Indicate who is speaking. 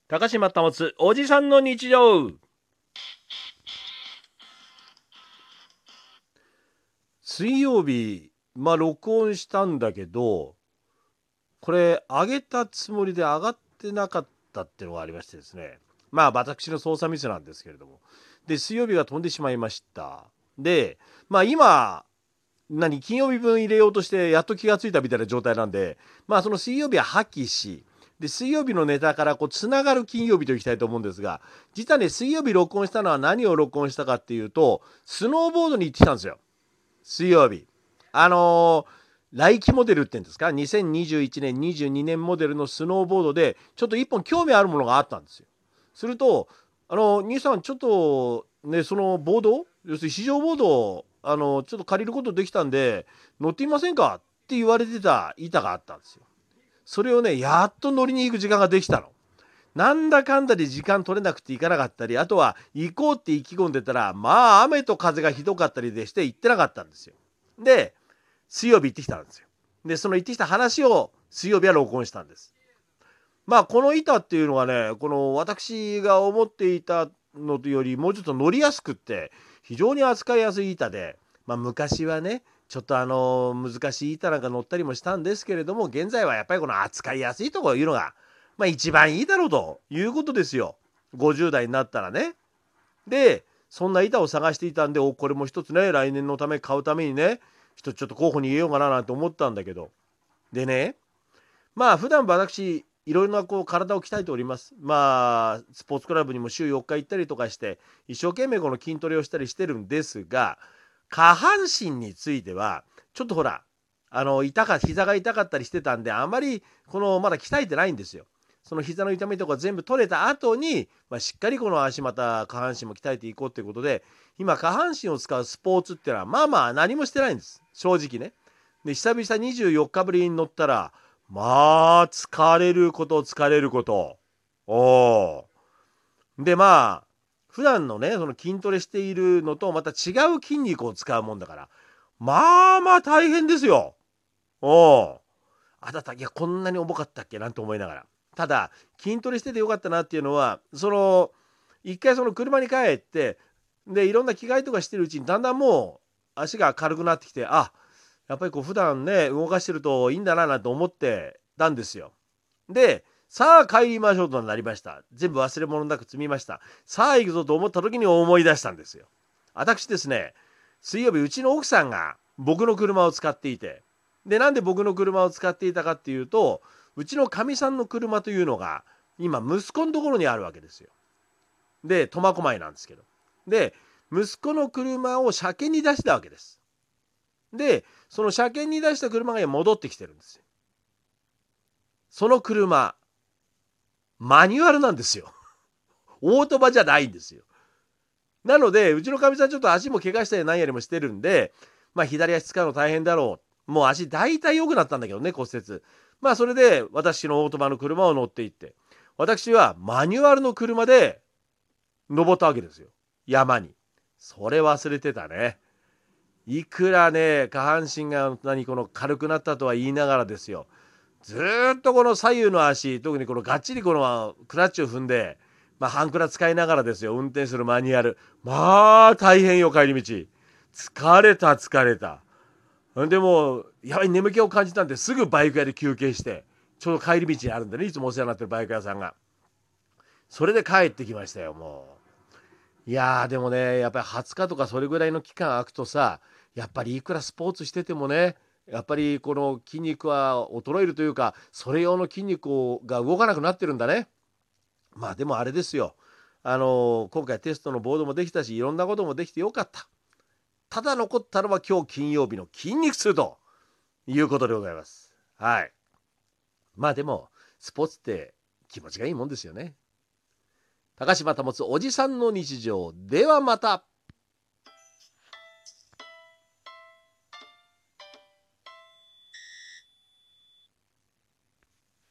Speaker 1: 高島保おじさんの日常。水曜日録音したんだけど、これ上げたつもりで上がってなかったっていうのがありましてですね。私の操作ミスなんですけれども、で水曜日が飛んでしまいました。で今金曜日分入れようとしてやっと気がついたみたいな状態なんで、その水曜日は破棄し、で水曜日のネタからつながる金曜日といきたいと思うんですが、実はね、水曜日録音したのは何を録音したかっていうと、スノーボードに行ってきたんですよ、水曜日。来期モデルって言うんですか、2021年22年モデルのスノーボードでちょっと一本興味あるものがあったんですよ。すると兄さんちょっとね、そのボード、要するに市場ボードをちょっと借りることできたんで乗ってみませんかって言われてた板があったんですよ。それをね、やっと乗りに行く時間ができたの。なんだかんだで時間取れなくて行かなかったり、あとは行こうって意気込んでたら雨と風がひどかったりでして行ってなかったんですよ。で水曜日行ってきたんですよ。でその行ってきた話を水曜日は録音したんです。この板っていうのはね、この私が思っていたのよりもうちょっと乗りやすくって非常に扱いやすい板で、昔はねちょっと難しい板なんか乗ったりもしたんですけれども、現在はやっぱりこの扱いやすいところいうのが一番いいだろうということですよ。50代になったらね。でそんな板を探していたんで、これも一つね、来年のため買うためにね、ちょっと候補に入れようかななんて思ったんだけど、でね、普段私いろいろな体を鍛えております。スポーツクラブにも週4日行ったりとかして一生懸命この筋トレをしたりしてるんですが、下半身についてはちょっとほら膝が痛かったりしてたんで、あまりまだ鍛えてないんですよ。その膝の痛みとか全部取れた後に、しっかりこの足下半身も鍛えていこうということで、今下半身を使うスポーツっていうのは何もしてないんです、正直ね。で久々24日ぶりに乗ったら、疲れること疲れること。おで普段のね、その筋トレしているのとまた違う筋肉を使うもんだから、大変ですよ。だった、いやこんなに重かったっけなんて思いながら。ただ筋トレしててよかったなっていうのは、一回その車に帰って、でいろんな着替えとかしてるうちにだんだんもう足が軽くなってきて、やっぱり普段ね動かしてるといいんだななんて思ってたんですよ。でさあ帰りましょうとなりました。全部忘れ物なく積みました。さあ行くぞと思った時に思い出したんですよ。私ですね、水曜日うちの奥さんが僕の車を使っていて、でなんで僕の車を使っていたかっていうと、うちのかみさんの車というのが今息子のところにあるわけですよ。で苫小牧なんですけど、で息子の車を車検に出したわけです。でその車検に出した車が戻ってきてるんですよ。その車マニュアルなんですよ。オートマじゃないんですよ。なのでうちのかみさんちょっと足も怪我したり何やりもしてるんで、左足使うの大変だろう、もう足大体良くなったんだけどね、骨折。それで私のオートマの車を乗っていって、私はマニュアルの車で登ったわけですよ、山に。それ忘れてたね。いくらね下半身がこの軽くなったとは言いながらですよ、ずっとこの左右の足、特にこのがっちりこのクラッチを踏んで、ハンクラ使いながらですよ運転するマニュアル。大変よ、帰り道。疲れた疲れた。でもやはり眠気を感じたんで、すぐバイク屋で休憩して、ちょうど帰り道にあるんでね、いつもお世話になってるバイク屋さんが。それで帰ってきましたよ、もう。いやでもね、やっぱり20日とかそれぐらいの期間空くとさ、やっぱりいくらスポーツしててもね、やっぱりこの筋肉は衰えるというか、それ用の筋肉が動かなくなってるんだね。でもあれですよ、今回テストのボードもできたし、いろんなこともできてよかった。ただ残ったのは今日金曜日の筋肉痛ということでございます。はい。でもスポーツって気持ちがいいもんですよね。高島保おじさんの日常ではまた。